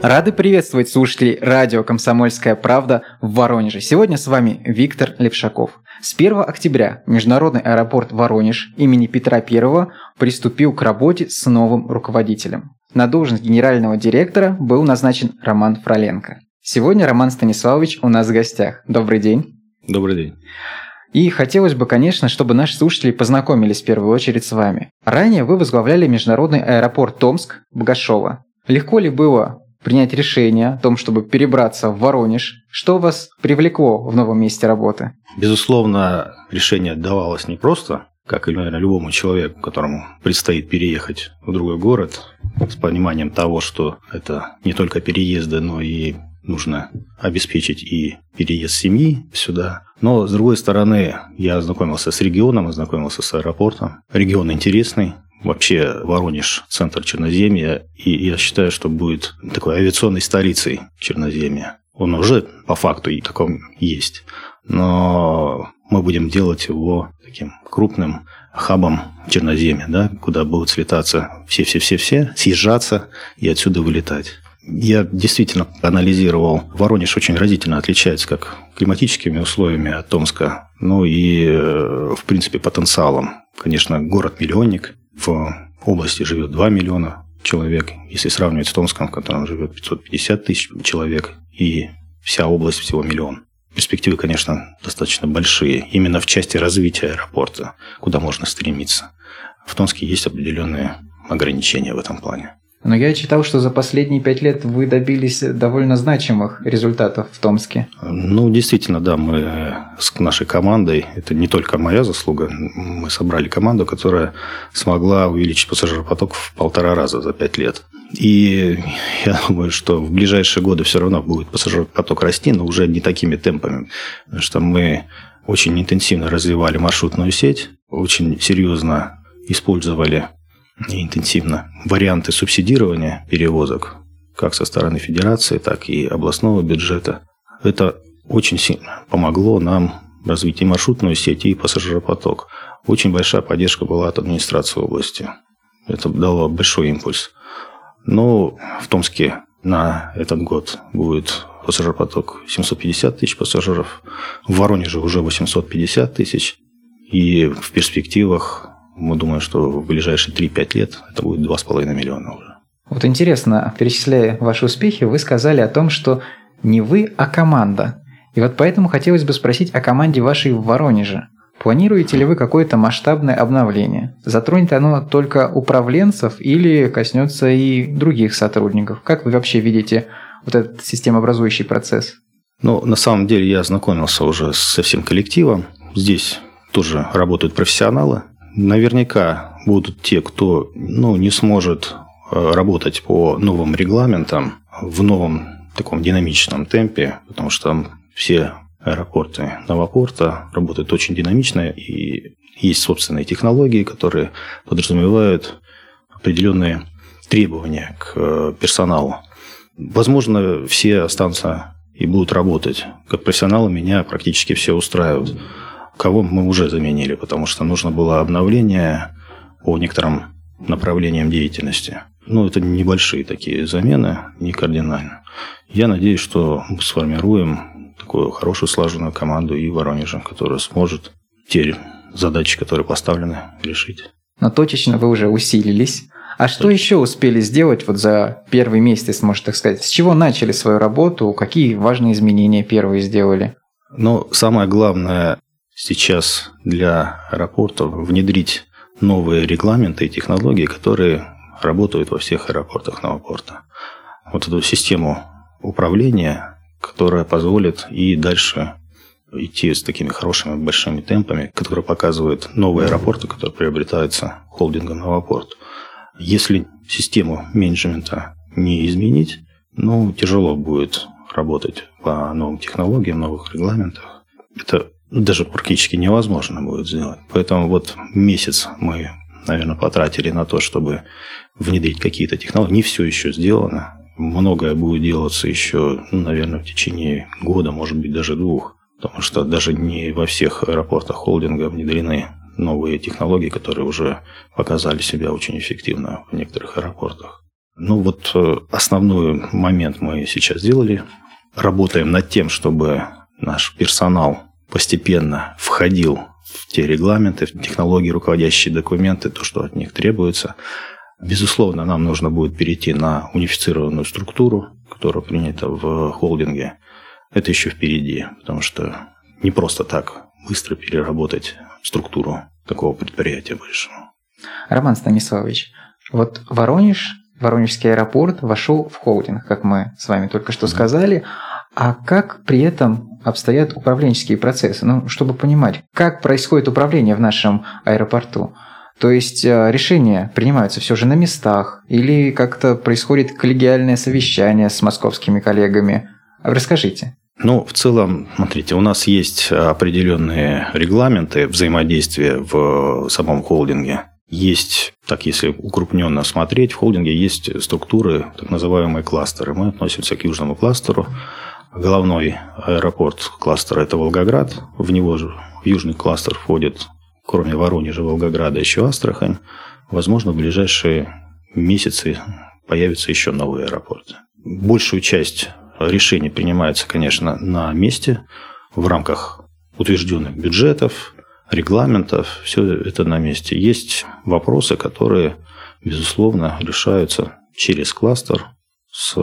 Рады приветствовать слушателей радио «Комсомольская правда» в Воронеже. Сегодня с вами Виктор Левшаков. С 1 октября Международный аэропорт Воронеж имени Петра I приступил к работе с новым руководителем. На должность генерального директора был назначен Роман Фроленко. Сегодня Роман Станиславович у нас в гостях. Добрый день. Добрый день. И хотелось бы, конечно, чтобы наши слушатели познакомились в первую очередь с вами. Ранее вы возглавляли Международный аэропорт Томск-Богашово. Легко ли было принять решение о том, чтобы перебраться в Воронеж? Что вас привлекло в новом месте работы? Безусловно, решение давалось непросто, как и, наверное, любому человеку, которому предстоит переехать в другой город, с пониманием того, что это не только переезды, но и нужно обеспечить и переезд семьи сюда. Но, с другой стороны, я ознакомился с регионом, ознакомился с аэропортом. Регион интересный. Вообще Воронеж – центр Черноземья, и я считаю, что будет такой авиационной столицей Черноземья. Он уже по факту и таком есть, но мы будем делать его таким крупным хабом Черноземья, да, куда будут слетаться все, съезжаться и отсюда вылетать. Я действительно анализировал. Воронеж очень разительно отличается как климатическими условиями от Томска, ну и, в принципе, потенциалом. Конечно, город-миллионник. В области живет 2 миллиона человек. Если сравнивать с Томском, в котором живет 550 тысяч человек, и вся область всего миллион. Перспективы, конечно, достаточно большие. Именно в части развития аэропорта, куда можно стремиться. В Томске есть определенные ограничения в этом плане. Но я читал, что за последние 5 лет вы добились довольно значимых результатов в Томске. Ну, действительно, да, мы с нашей командой, это не только моя заслуга, мы собрали команду, которая смогла увеличить пассажиропоток в 1,5 раза за 5 лет. И я думаю, что в ближайшие годы все равно будет пассажиропоток расти, но уже не такими темпами, потому что мы очень интенсивно развивали маршрутную сеть, очень серьезно использовали и интенсивно варианты субсидирования перевозок, как со стороны федерации, так и областного бюджета. Это очень сильно помогло нам развить и маршрутную сеть, и пассажиропоток. Очень большая поддержка была от администрации области. Это дало большой импульс. Но в Томске на этот год будет пассажиропоток 750 тысяч пассажиров, в Воронеже уже 850 тысяч, и в перспективах мы думаем, что в ближайшие 3-5 лет это будет 2,5 миллиона уже. Вот интересно, перечисляя ваши успехи, вы сказали о том, что не вы, а команда. И вот поэтому хотелось бы спросить о команде вашей в Воронеже. Планируете ли вы какое-то масштабное обновление? Затронет оно только управленцев или коснется и других сотрудников? Как вы вообще видите вот этот системообразующий процесс? Ну, на самом деле я ознакомился уже со всем коллективом. Здесь тоже работают профессионалы. Наверняка будут те, кто не сможет работать по новым регламентам в новом таком динамичном темпе, потому что все аэропорты Новопорта работают очень динамично, и есть собственные технологии, которые подразумевают определенные требования к персоналу. Возможно, все останутся и будут работать. Как профессионалы меня практически все устраивают. Кого мы уже заменили, потому что нужно было обновление по некоторым направлениям деятельности. Это небольшие такие замены, не кардинально. Я надеюсь, что мы сформируем такую хорошую слаженную команду и в Воронеже, которая сможет те задачи, которые поставлены, решить. Но точечно вы уже усилились. А что еще успели сделать за первый месяц, если можно так сказать? С чего начали свою работу? Какие важные изменения первые сделали? Самое главное сейчас для аэропорта внедрить новые регламенты и технологии, которые работают во всех аэропортах Новопорта. Вот эту систему управления, которая позволит и дальше идти с такими хорошими большими темпами, которые показывают новые аэропорты, которые приобретаются холдингом Новопорт. Если систему менеджмента не изменить, тяжело будет работать по новым технологиям, новых регламентах. Это даже практически невозможно будет сделать. Поэтому месяц мы, наверное, потратили на то, чтобы внедрить какие-то технологии. Не все еще сделано. Многое будет делаться еще, наверное, в течение года, может быть, даже 2. Потому что даже не во всех аэропортах холдинга внедрены новые технологии, которые уже показали себя очень эффективно в некоторых аэропортах. Основной момент мы сейчас сделали. Работаем над тем, чтобы наш персонал постепенно входил в те регламенты, в технологии, руководящие документы, то, что от них требуется. Безусловно, нам нужно будет перейти на унифицированную структуру, которая принята в холдинге. Это еще впереди, потому что не просто так быстро переработать структуру такого предприятия большого. Роман Станиславович, вот Воронежский аэропорт вошел в холдинг, как мы с вами только что сказали. А как при этом обстоят управленческие процессы? Чтобы понимать, как происходит управление в нашем аэропорту. То есть решения принимаются все же на местах или как-то происходит коллегиальное совещание с московскими коллегами? Расскажите. В целом, смотрите, у нас есть определенные регламенты взаимодействия в самом холдинге. Есть, так если укрупненно смотреть, в холдинге есть структуры, так называемые кластеры. Мы относимся к южному кластеру. Головной аэропорт кластера – это Волгоград. В него же в южный кластер входит, кроме Воронежа, Волгограда, еще Астрахань. Возможно, в ближайшие месяцы появятся еще новые аэропорты. Большую часть решений принимается, конечно, на месте, в рамках утвержденных бюджетов, регламентов. Все это на месте. Есть вопросы, которые, безусловно, решаются через кластер с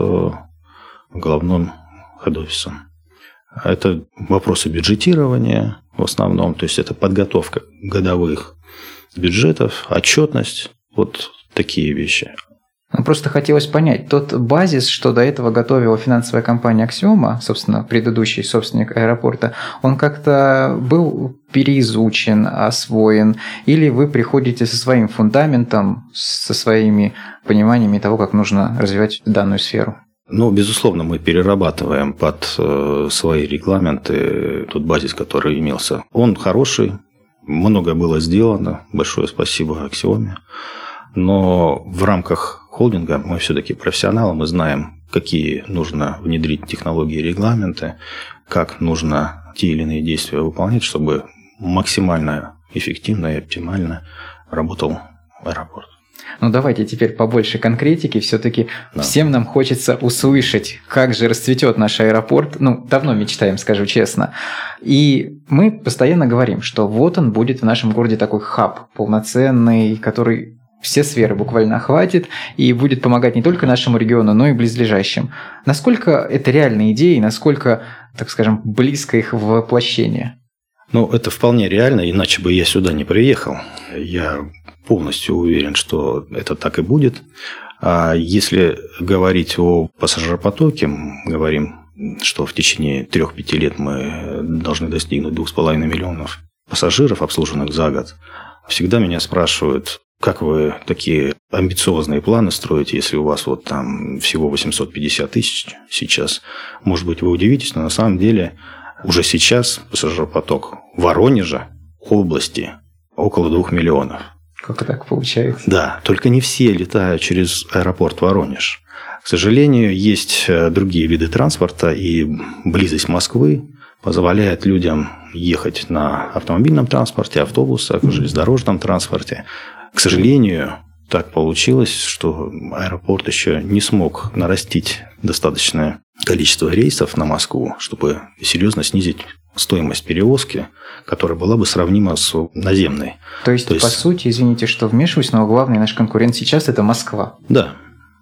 головным хед-офисом. Это вопросы бюджетирования в основном, то есть это подготовка годовых бюджетов, отчетность, вот такие вещи. Просто хотелось понять, тот базис, что до этого готовила финансовая компания «Аксиома», собственно, предыдущий собственник аэропорта, он как-то был переизучен, освоен, или вы приходите со своим фундаментом, со своими пониманиями того, как нужно развивать данную сферу? Безусловно, мы перерабатываем под свои регламенты тот базис, который имелся. Он хороший, много было сделано, большое спасибо «Аксиоме». Но в рамках холдинга мы все-таки профессионалы, мы знаем, какие нужно внедрить технологии и регламенты, как нужно те или иные действия выполнять, чтобы максимально эффективно и оптимально работал аэропорт. Давайте теперь побольше конкретики. Все-таки всем нам хочется услышать, как же расцветет наш аэропорт. Давно мечтаем, скажу честно. И мы постоянно говорим, что вот он будет в нашем городе такой хаб полноценный, который все сферы буквально охватит и будет помогать не только нашему региону, но и близлежащим. Насколько это реальные идеи, насколько, так скажем, близко их воплощение? Это вполне реально, иначе бы я сюда не приехал. Я полностью уверен, что это так и будет. А если говорить о пассажиропотоке, говорим, что в течение 3-5 лет мы должны достигнуть 2,5 миллионов пассажиров, обслуженных за год. Всегда меня спрашивают, как вы такие амбициозные планы строите, если у вас там всего 850 тысяч сейчас? Может быть, вы удивитесь, но на самом деле уже сейчас пассажиропоток Воронежа, области, около 2 миллионов. Как так получается? Да, только не все летают через аэропорт Воронеж. К сожалению, есть другие виды транспорта, и близость Москвы позволяет людям ехать на автомобильном транспорте, автобусах, железнодорожном транспорте. К сожалению, так получилось, что аэропорт еще не смог нарастить достаточное количество рейсов на Москву, чтобы серьезно снизить стоимость перевозки, которая была бы сравнима с наземной. То есть, по сути, извините, что вмешиваюсь, но главный наш конкурент сейчас – это Москва. Да.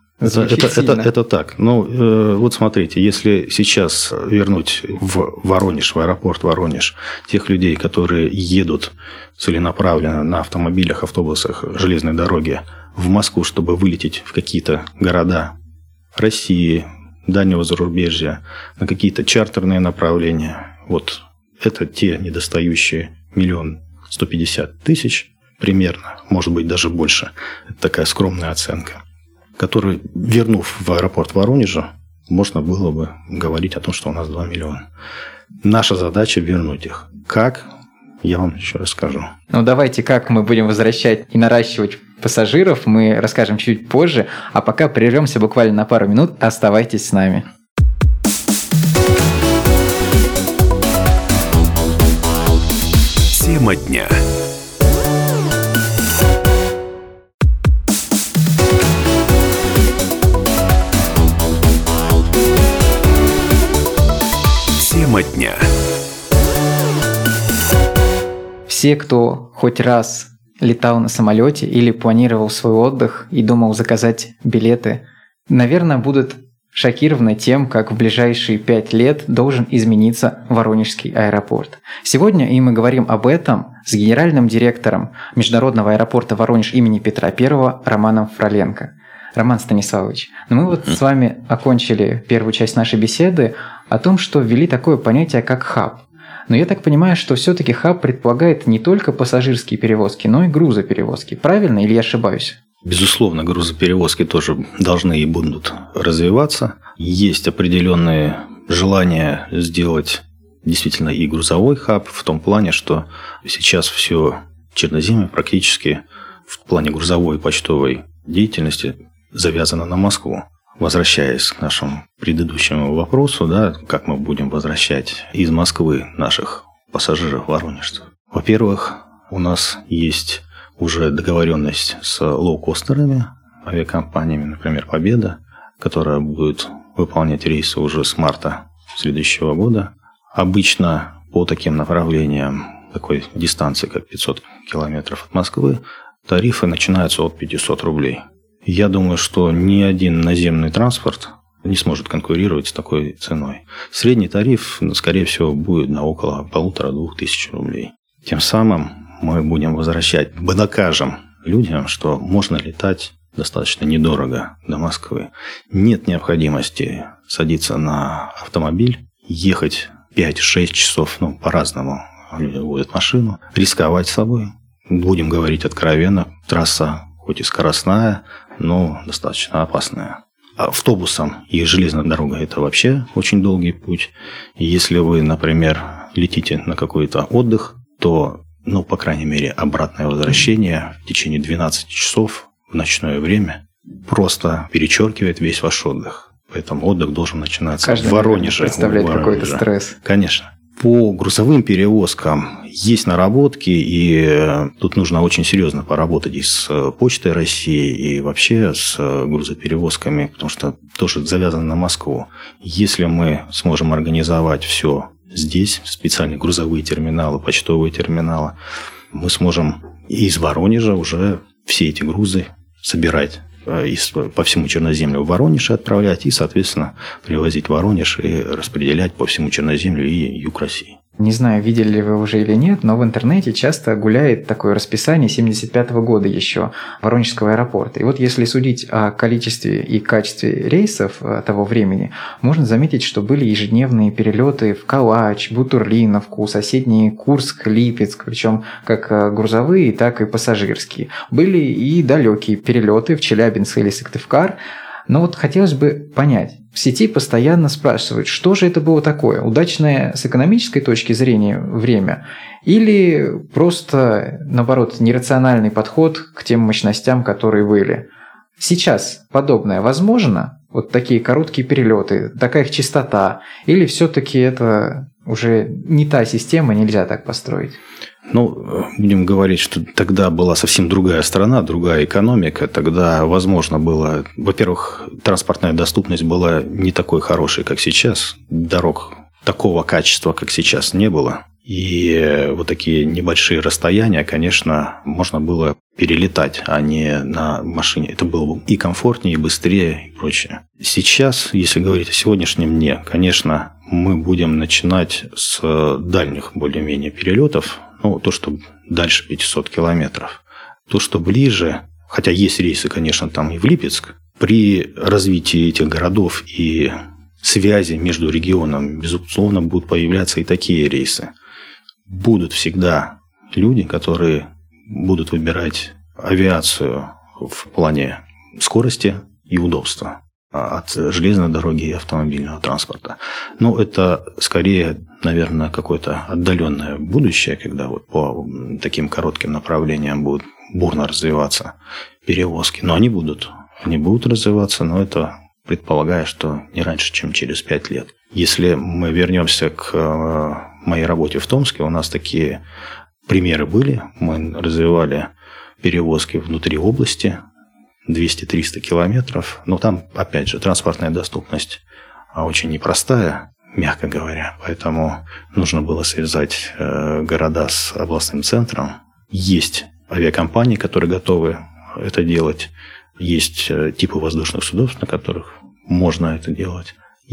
Это так. Вот смотрите, если сейчас вернуть в Воронеж, в аэропорт Воронеж, тех людей, которые едут целенаправленно на автомобилях, автобусах, железной дороге в Москву, чтобы вылететь в какие-то города России, дальнего зарубежья, на какие-то чартерные направления, вот это те недостающие 1 150 000 примерно, может быть, даже больше. Это такая скромная оценка, которые, вернув в аэропорт Воронежа, можно было бы говорить о том, что у нас 2 миллиона. Наша задача вернуть их. Как? Я вам еще расскажу. Давайте, как мы будем возвращать и наращивать пассажиров, мы расскажем чуть позже, а пока прервемся буквально на пару минут. Оставайтесь с нами. Тема дня. все, кто хоть раз летал на самолете или планировал свой отдых и думал заказать билеты, наверное, будут шокированы тем, как в ближайшие 5 лет должен измениться Воронежский аэропорт. Сегодня и мы говорим об этом с генеральным директором Международного аэропорта Воронеж имени Петра I Романом Фроленко. Роман Станиславович, мы вот с вами окончили первую часть нашей беседы о том, что ввели такое понятие, как хаб. Но я так понимаю, что все-таки хаб предполагает не только пассажирские перевозки, но и грузоперевозки. Правильно или я ошибаюсь? Безусловно, грузоперевозки тоже должны и будут развиваться. Есть определенные желания сделать действительно и грузовой хаб в том плане, что сейчас все Черноземье практически в плане грузовой и почтовой деятельности завязано на Москву. Возвращаясь к нашему предыдущему вопросу, да, как мы будем возвращать из Москвы наших пассажиров-воронежцев. Во-первых, у нас есть уже договоренность с лоукостерами, авиакомпаниями, например, «Победа», которая будет выполнять рейсы уже с марта следующего года. Обычно по таким направлениям, такой дистанции, как 500 километров от Москвы, тарифы начинаются от 500 рублей. Я думаю, что ни один наземный транспорт не сможет конкурировать с такой ценой. Средний тариф, скорее всего, будет на около 1500-2000 рублей. Тем самым мы будем возвращать, мы докажем людям, что можно летать достаточно недорого до Москвы. Нет необходимости садиться на автомобиль, ехать 5-6 часов, по-разному люди водят машину, рисковать собой. Будем говорить откровенно, трасса хоть и скоростная, но достаточно опасная. Автобусом и железной дорогой это вообще очень долгий путь. Если вы, например, летите на какой-то отдых, то, по крайней мере, обратное возвращение в течение 12 часов в ночное время просто перечеркивает весь ваш отдых. Поэтому отдых должен начинаться в Воронеже. Представляет какой-то стресс. Конечно. По грузовым перевозкам есть наработки, и тут нужно очень серьезно поработать и с Почтой России, и вообще с грузоперевозками, потому что тоже завязано на Москву. Если мы сможем организовать все здесь, специальные грузовые терминалы, почтовые терминалы, мы сможем из Воронежа уже все эти грузы собирать по всему Черноземлю в Воронеж отправлять и, соответственно, привозить в Воронеж и распределять по всему Черноземлю и юг России. Не знаю, видели ли вы уже или нет, но в интернете часто гуляет такое расписание 1975 года еще Воронежского аэропорта. И вот если судить о количестве и качестве рейсов того времени, можно заметить, что были ежедневные перелеты в Калач, Бутурлиновку, соседний Курск, Липецк, причем как грузовые, так и пассажирские. Были и далекие перелеты в Челябинск или Сыктывкар. Но вот хотелось бы понять, в сети постоянно спрашивают, что же это было такое, удачное с экономической точки зрения время или просто, наоборот, нерациональный подход к тем мощностям, которые были. Сейчас подобное возможно? Вот такие короткие перелеты, такая их частота, или все-таки это уже не та система, нельзя так построить? Будем говорить, что тогда была совсем другая страна, другая экономика. Тогда возможно было, во-первых, транспортная доступность была не такой хорошей, как сейчас. Дорог такого качества, как сейчас, не было. И вот такие небольшие расстояния, конечно, можно было перелетать, а не на машине. Это было бы и комфортнее, и быстрее, и прочее. Сейчас, если говорить о сегодняшнем дне, конечно, мы будем начинать с дальних более-менее перелетов. То, что дальше 500 километров. То, что ближе, хотя есть рейсы, конечно, там и в Липецк, при развитии этих городов и связи между регионами, безусловно, будут появляться и такие рейсы. Будут всегда люди, которые будут выбирать авиацию в плане скорости и удобства от железной дороги и автомобильного транспорта. Это скорее, наверное, какое-то отдаленное будущее, когда вот по таким коротким направлениям будут бурно развиваться перевозки. Но они будут развиваться, но это предполагая, что не раньше, чем через 5 лет. Если мы вернемся к моей работе в Томске, у нас такие примеры были. Мы развивали перевозки внутри области, 200-300 километров. Но там, опять же, транспортная доступность очень непростая. мягко говоря. Поэтому нужно было связать города с областным центром. Есть авиакомпании, которые готовы это делать. Есть типы воздушных судов, на которых можно это делать. И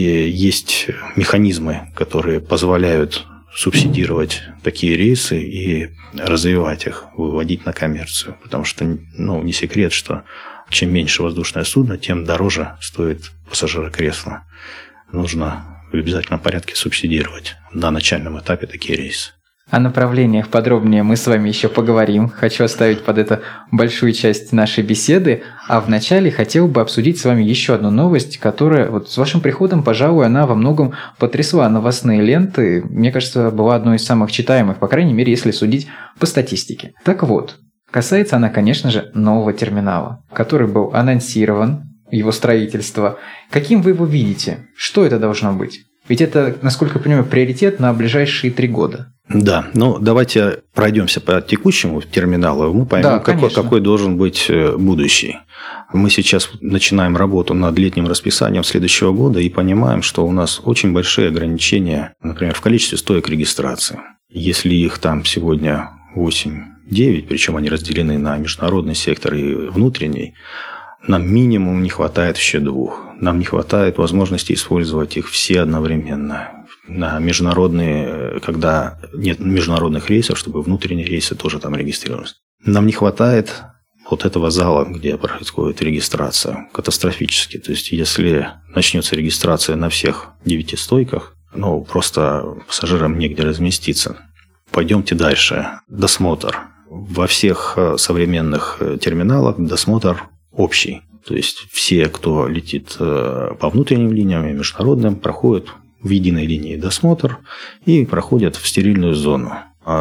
есть механизмы, которые позволяют субсидировать такие рейсы и развивать их, выводить на коммерцию. Потому что, не секрет, что чем меньше воздушное судно, тем дороже стоит пассажирокресло. Нужно в обязательном порядке субсидировать на начальном этапе такие рейсы. О направлениях подробнее мы с вами еще поговорим. Хочу оставить под это большую часть нашей беседы. А вначале хотел бы обсудить с вами еще одну новость, которая с вашим приходом, пожалуй, она во многом потрясла новостные ленты. Мне кажется, была одной из самых читаемых, по крайней мере, если судить по статистике. Так вот, касается она, конечно же, нового терминала, который был анонсирован, его строительство. Каким вы его видите? Что это должно быть? Ведь это, насколько я понимаю, приоритет на ближайшие 3 года. Да, давайте пройдемся по текущему терминалу, мы поймем, какой должен быть будущий. Мы сейчас начинаем работу над летним расписанием следующего года и понимаем, что у нас очень большие ограничения, например, в количестве стоек регистрации. Если их там сегодня 8-9, причем они разделены на международный сектор и внутренний, нам минимум не хватает еще 2. Нам не хватает возможности использовать их все одновременно. На международные, когда нет международных рейсов, чтобы внутренние рейсы тоже там регистрировались. Нам не хватает этого зала, где происходит регистрация, катастрофически. То есть, если начнется регистрация на всех 9 стойках, просто пассажирам негде разместиться. Пойдемте дальше. Досмотр. Во всех современных терминалах досмотр общий. То есть, все, кто летит по внутренним линиям и международным, проходят в единой линии досмотр и проходят в стерильную зону.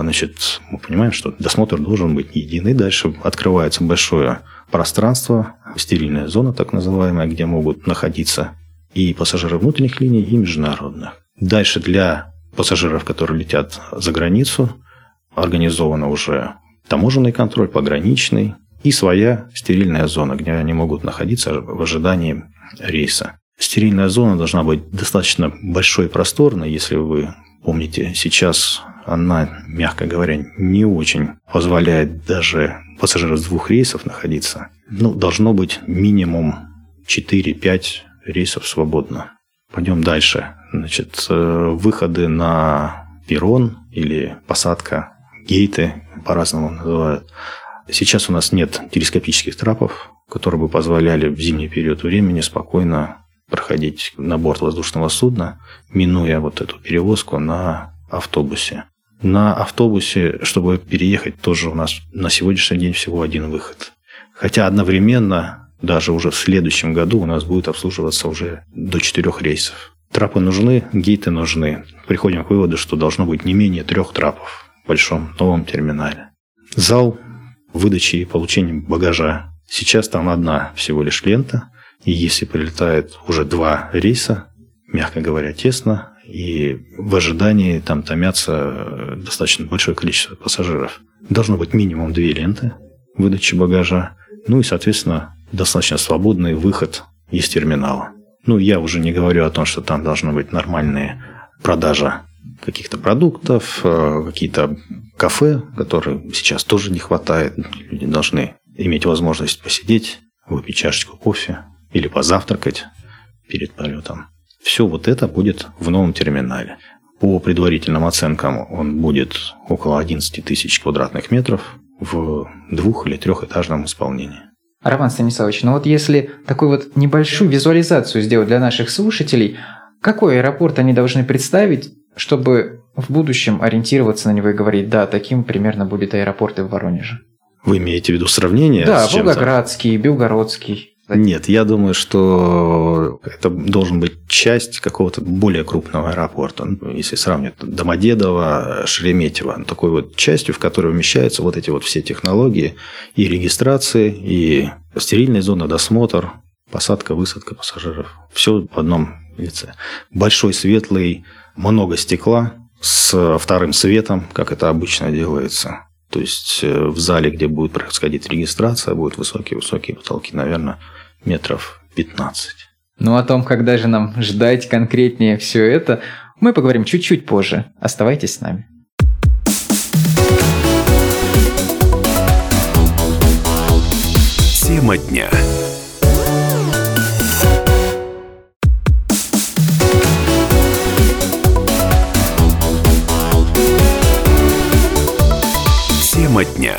Мы понимаем, что досмотр должен быть единый. Дальше открывается большое пространство, стерильная зона, так называемая, где могут находиться и пассажиры внутренних линий, и международных. Дальше для пассажиров, которые летят за границу, организован уже таможенный контроль, пограничный и своя стерильная зона, где они могут находиться в ожидании рейса. Стерильная зона должна быть достаточно большой и просторной. Если вы помните, сейчас она, мягко говоря, не очень позволяет даже пассажирам с 2 рейсов находиться. Должно быть минимум 4-5 рейсов свободно. Пойдем дальше. Выходы на перрон или посадка, гейты, по-разному называют. Сейчас у нас нет телескопических трапов, которые бы позволяли в зимний период времени спокойно проходить на борт воздушного судна, минуя эту перевозку на автобусе. На автобусе, чтобы переехать, тоже у нас на сегодняшний день всего 1 выход. Хотя одновременно, даже уже в следующем году у нас будет обслуживаться уже до 4 рейсов. Трапы нужны, гейты нужны. Приходим к выводу, что должно быть не менее 3 трапов в большом новом терминале. Зал выдачи и получения багажа. Сейчас там 1 всего лишь лента. И если прилетает уже 2 рейса, мягко говоря, тесно, и в ожидании там томятся достаточно большое количество пассажиров. Должно быть минимум 2 ленты выдачи багажа, и, соответственно, достаточно свободный выход из терминала. Я уже не говорю о том, что там должна быть нормальная продажа каких-то продуктов, какие-то кафе, которые сейчас тоже не хватает. Люди должны иметь возможность посидеть, выпить чашечку кофе или позавтракать перед полетом. Все это будет в новом терминале. По предварительным оценкам он будет около 11 тысяч квадратных метров в 2- или 3-этажном исполнении. Роман Станиславович, если такую небольшую визуализацию сделать для наших слушателей, какой аэропорт они должны представить, чтобы в будущем ориентироваться на него и говорить, да, таким примерно будет аэропорт и в Воронеже? Вы имеете в виду сравнение с чем-то? Волгоградский, Белгородский. Нет, я думаю, что это должен быть часть какого-то более крупного аэропорта. Если сравнивать Домодедово, Шереметьево, такой частью, в которой вмещаются эти все технологии и регистрации, и стерильная зона, досмотр, посадка, высадка пассажиров. Все в одном лице. Большой, светлый, много стекла с 2-м светом, как это обычно делается. То есть в зале, где будет происходить регистрация, будут высокие потолки, наверное, метров 15. Ну о том, когда же нам ждать конкретнее все это, мы поговорим чуть-чуть позже. Оставайтесь с нами. Тема дня. Тема дня.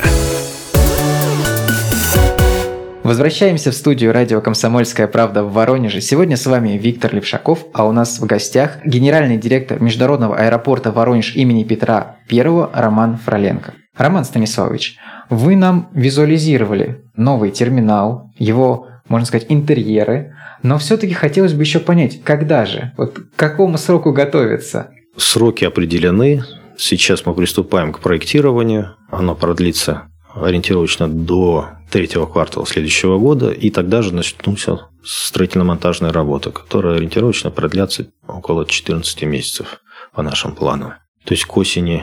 Возвращаемся в студию радио «Комсомольская правда» в Воронеже. Сегодня с вами Виктор Левшаков, а у нас в гостях генеральный директор Международного аэропорта Воронеж имени Петра I Роман Фроленко. Роман Станиславович, вы нам визуализировали новый терминал, его, можно сказать, интерьеры, но все-таки хотелось бы еще понять, когда же, вот к какому сроку готовиться? Сроки определены. Сейчас мы приступаем к проектированию. Оно продлится ориентировочно до 3-го квартала следующего года, и тогда же начнутся строительно-монтажные работы, которые ориентировочно продлятся около 14 месяцев по нашим планам. То есть к осени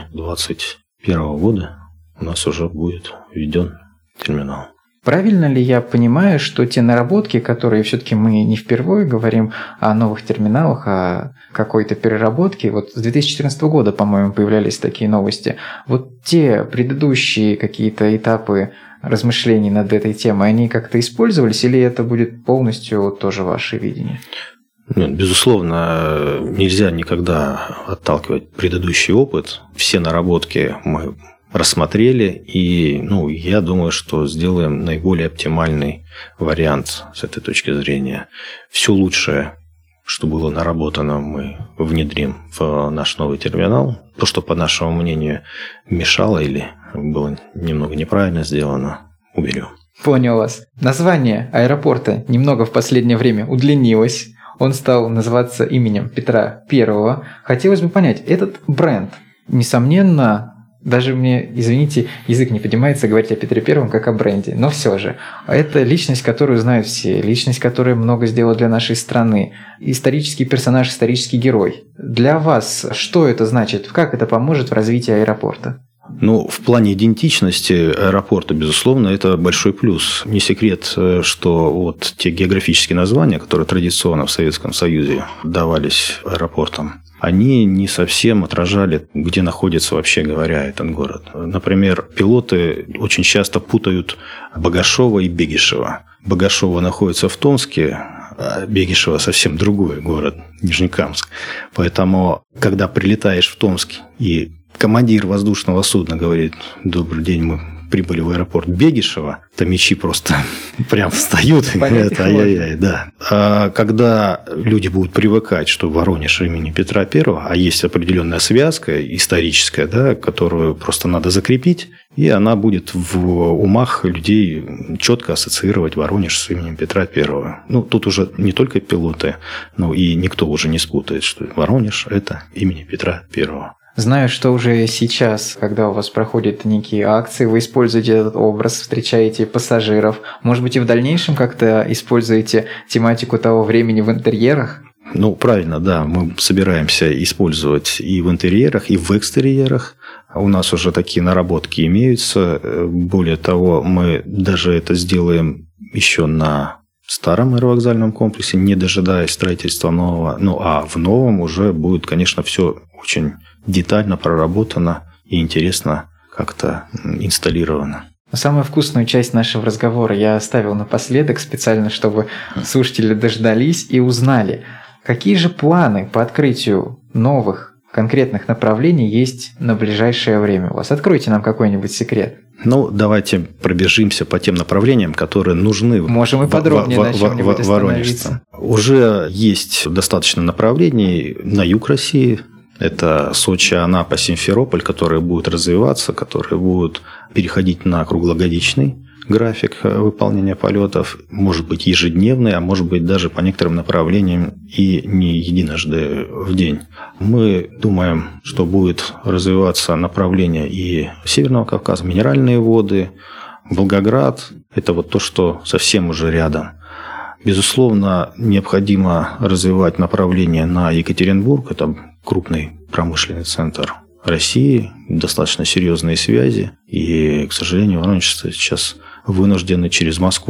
2021 года у нас уже будет введен терминал. Правильно ли я понимаю, что те наработки, которые все-таки мы не впервые говорим о новых терминалах, о какой-то переработке, вот с 2014 года, по-моему, появлялись такие новости, вот те предыдущие какие-то этапы размышлений над этой темой, они как-то использовались, или это будет полностью тоже ваше видение? Нет, безусловно, нельзя никогда отталкивать предыдущий опыт. Все наработки мы рассмотрели, и я думаю, что сделаем наиболее оптимальный вариант с этой точки зрения. Все лучшее, что было наработано, мы внедрим в наш новый терминал. То, что, по нашему мнению, мешало или было немного неправильно сделано, уберем. Понял вас. Название аэропорта немного в последнее время удлинилось. Он стал называться именем Петра I. Хотелось бы понять, этот бренд, несомненно, даже мне, извините, язык не поднимается говорить о Петре I как о бренде, но все же. Это личность, которую знают все, личность, которая много сделала для нашей страны, исторический персонаж, исторический герой. Для вас что это значит? Как это поможет в развитии аэропорта? В плане идентичности аэропорта, безусловно, это большой плюс. Не секрет, что вот те географические названия, которые традиционно в Советском Союзе давались аэропортам, они не совсем отражали, где находится, вообще говоря, этот город. Например, пилоты очень часто путают Богашово и Бегишево. Богашово находится в Томске, а Бегишево совсем другой город, Нижнекамск. Поэтому, когда прилетаешь в Томск и командир воздушного судна говорит: «Добрый день, мы прибыли в аэропорт Бегишева», то мечи просто прям встают и говорят: ай-яй-яй, да. А когда люди будут привыкать, что Воронеж имени Петра I, а есть определенная связка историческая, да, которую просто надо закрепить, и она будет в умах людей четко ассоциировать Воронеж с именем Петра I. Тут уже не только пилоты, но и никто уже не спутает, что Воронеж – это имени Петра I. Знаю, что уже сейчас, когда у вас проходят некие акции, вы используете этот образ, встречаете пассажиров. Может быть, и в дальнейшем как-то используете тематику того времени в интерьерах? Правильно, да. Мы собираемся использовать и в интерьерах, и в экстерьерах. У нас уже такие наработки имеются. Более того, мы даже это сделаем еще на старом аэровокзальном комплексе, не дожидаясь строительства нового. А в новом уже будет, конечно, все очень детально проработано и интересно как-то инсталлировано. Самую вкусную часть нашего разговора я оставил напоследок специально, чтобы слушатели дождались и узнали, какие же планы по открытию новых конкретных направлений есть на ближайшее время у вас. Откройте нам какой-нибудь секрет. Давайте пробежимся по тем направлениям, которые нужны. Можем и подробнее на чем-нибудь остановиться. Уже есть достаточно направлений на юг России. Это Сочи, Анапа, Симферополь, которые будут развиваться, которые будут переходить на круглогодичный график выполнения полетов, может быть ежедневный, а может быть даже по некоторым направлениям и не единожды в день. Мы думаем, что будет развиваться направление и Северного Кавказа, минеральные воды, Волгоград. Это вот то, что совсем уже рядом. Безусловно, необходимо развивать направление на Екатеринбург. Это крупный промышленный центр России, достаточно серьезные связи. И, к сожалению, воронежцы сейчас вынуждены через Москву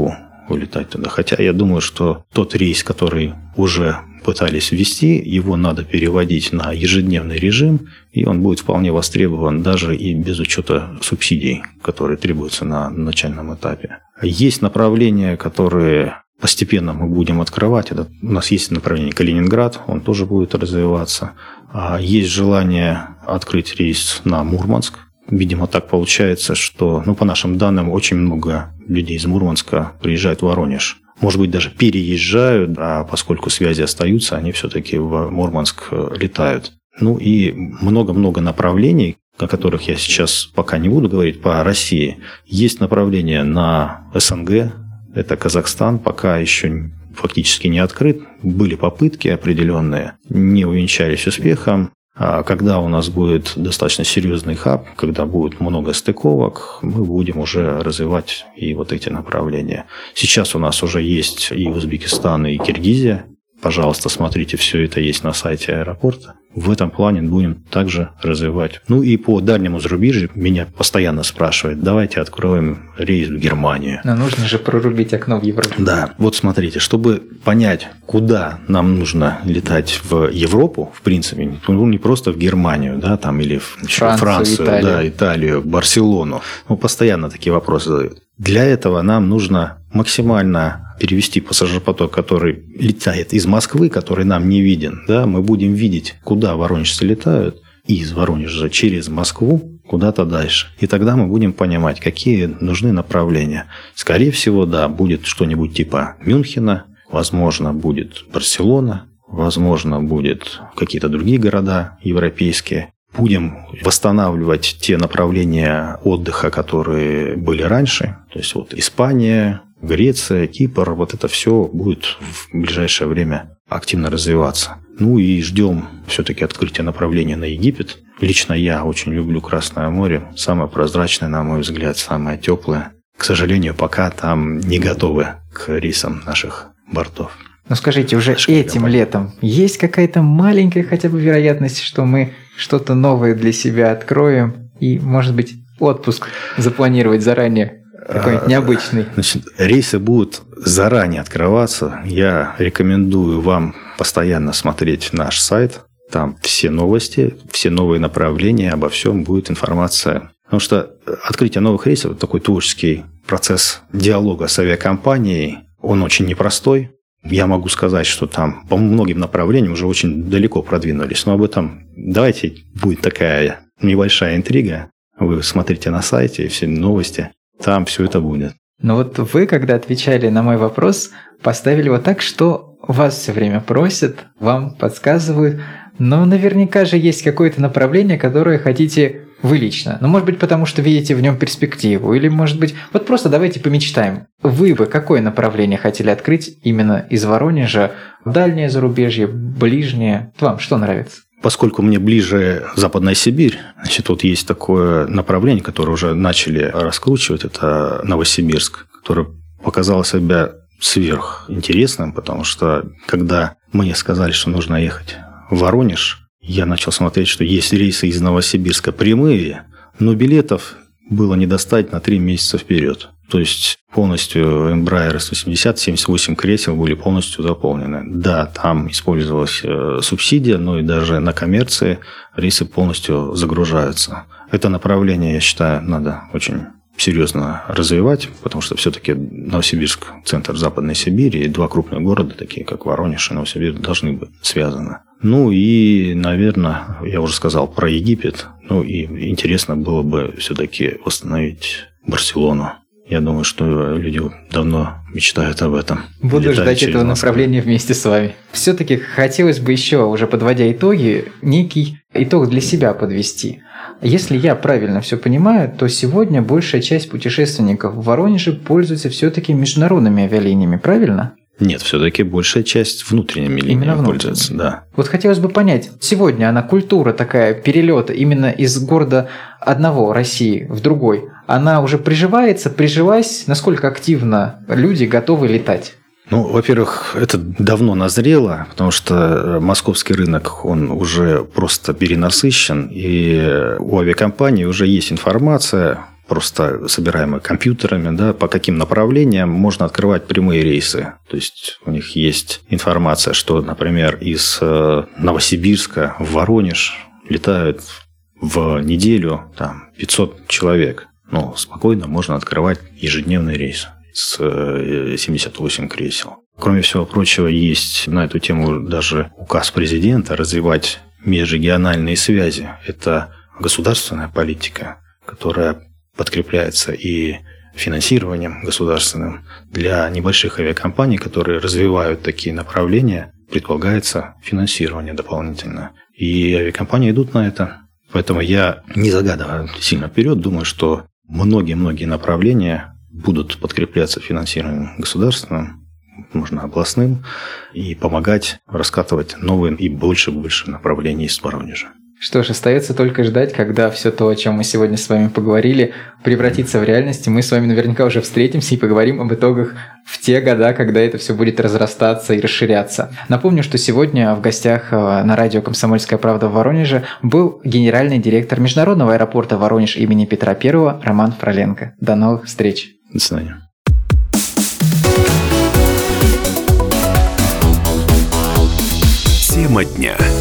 улетать туда. Хотя я думаю, что тот рейс, который уже пытались ввести, его надо переводить на ежедневный режим, и он будет вполне востребован даже и без учета субсидий, которые требуются на начальном этапе. Есть направления, которые постепенно мы будем открывать. У нас есть направление Калининград, он тоже будет развиваться. Есть желание открыть рейс на Мурманск. Видимо, так получается, что, по нашим данным, очень много людей из Мурманска приезжают в Воронеж. Может быть, даже переезжают, а поскольку связи остаются, они все-таки в Мурманск летают. И много-много направлений, о которых я сейчас пока не буду говорить, по России. Есть направление на СНГ, это Казахстан, пока еще фактически не открыт. Были попытки определенные, не увенчались успехом. А когда у нас будет достаточно серьезный хаб, когда будет много стыковок, мы будем уже развивать и вот эти направления. Сейчас у нас уже есть и Узбекистан, и Киргизия. Пожалуйста, смотрите, все это есть на сайте аэропорта. В этом плане будем также развивать. И по дальнему зарубежью меня постоянно спрашивают, давайте откроем рейс в Германию. Но нужно же прорубить окно в Европу. Да, вот смотрите, чтобы понять, куда нам нужно летать в Европу, в принципе, не просто в Германию, да, там, или в Францию, Италию, Барселону. Постоянно такие вопросы задают. Для этого нам нужно максимально перевести пассажиропоток, который летает из Москвы, который нам не виден. Да, мы будем видеть, куда воронежцы летают, и из Воронежа через Москву куда-то дальше. И тогда мы будем понимать, какие нужны направления. Скорее всего, да, будет что-нибудь типа Мюнхена, возможно, будет Барселона, возможно, будет какие-то другие города европейские. Будем восстанавливать те направления отдыха, которые были раньше. То есть Испания, Греция, Кипр, это все будет в ближайшее время активно развиваться. И ждем все-таки открытия направления на Египет. Лично я очень люблю Красное море. Самое прозрачное, на мой взгляд, самое теплое. К сожалению, пока там не готовы к рейсам наших бортов. Скажите, уже этим летом есть какая-то маленькая хотя бы вероятность, что мы что-то новое для себя откроем и, может быть, отпуск запланировать заранее? Какой-нибудь необычный. Рейсы будут заранее открываться. Я рекомендую вам постоянно смотреть наш сайт. Там все новости, все новые направления, обо всем будет информация. Потому что открытие новых рейсов – такой творческий процесс диалога с авиакомпанией. Он очень непростой. Я могу сказать, что там по многим направлениям уже очень далеко продвинулись. Но об этом давайте будет такая небольшая интрига. Вы смотрите на сайте все новости. Там все это будет. Но вы, когда отвечали на мой вопрос, поставили так, что вас все время просят, вам подсказывают. Но наверняка же есть какое-то направление, которое хотите вы лично. Может быть, потому что видите в нем перспективу. Или, может быть, просто давайте помечтаем. Вы бы какое направление хотели открыть именно из Воронежа? Дальнее зарубежье, ближнее? Вам что нравится? Поскольку мне ближе Западная Сибирь, есть такое направление, которое уже начали раскручивать, это Новосибирск, которое показало себя сверхинтересным, потому что когда мне сказали, что нужно ехать в Воронеж, я начал смотреть, что есть рейсы из Новосибирска прямые, но билетов было не достать на 3 месяца вперед. То есть полностью Embraer S80, 78 кресел были полностью заполнены. Да, там использовалась субсидия, но и даже на коммерции рейсы полностью загружаются. Это направление, я считаю, надо очень серьезно развивать, потому что все-таки Новосибирск – центр Западной Сибири, и 2 крупных города, такие как Воронеж и Новосибирск, должны быть связаны. И, наверное, я уже сказал про Египет, и интересно было бы все-таки восстановить Барселону. Я думаю, что люди давно мечтают об этом. Буду ждать этого направления вместе с вами. Все-таки хотелось бы еще, уже подводя итоги, некий итог для себя подвести. Если я правильно все понимаю, то сегодня большая часть путешественников в Воронеже пользуется все-таки международными авиалиниями, правильно? Нет, все-таки большая часть внутренними линиями пользуется, да. Хотелось бы понять, сегодня она культура такая перелета именно из города одного России в другой, она уже прижилась, насколько активно люди готовы летать? Во-первых, это давно назрело, потому что московский рынок, он уже просто перенасыщен, и у авиакомпаний уже есть информация просто собираемые компьютерами, да, по каким направлениям можно открывать прямые рейсы. То есть у них есть информация, что, например, из Новосибирска в Воронеж летают в неделю 500 человек. Спокойно можно открывать ежедневный рейс с 78 кресел. Кроме всего прочего, есть на эту тему даже указ президента развивать межрегиональные связи. Это государственная политика, которая подкрепляется и финансированием государственным. Для небольших авиакомпаний, которые развивают такие направления, предполагается финансирование дополнительно. И авиакомпании идут на это. Поэтому я, не загадывая сильно вперед, думаю, что многие-многие направления будут подкрепляться финансированием государственным, можно областным, и помогать раскатывать новые и больше направлений из Воронежа. Что ж, остается только ждать, когда все то, о чем мы сегодня с вами поговорили, превратится в реальность, и мы с вами наверняка уже встретимся и поговорим об итогах в те года, когда это все будет разрастаться и расширяться. Напомню, что сегодня в гостях на радио «Комсомольская правда» в Воронеже был генеральный директор Международного аэропорта Воронеж имени Петра I Роман Фроленко. До новых встреч. До свидания. Тема дня.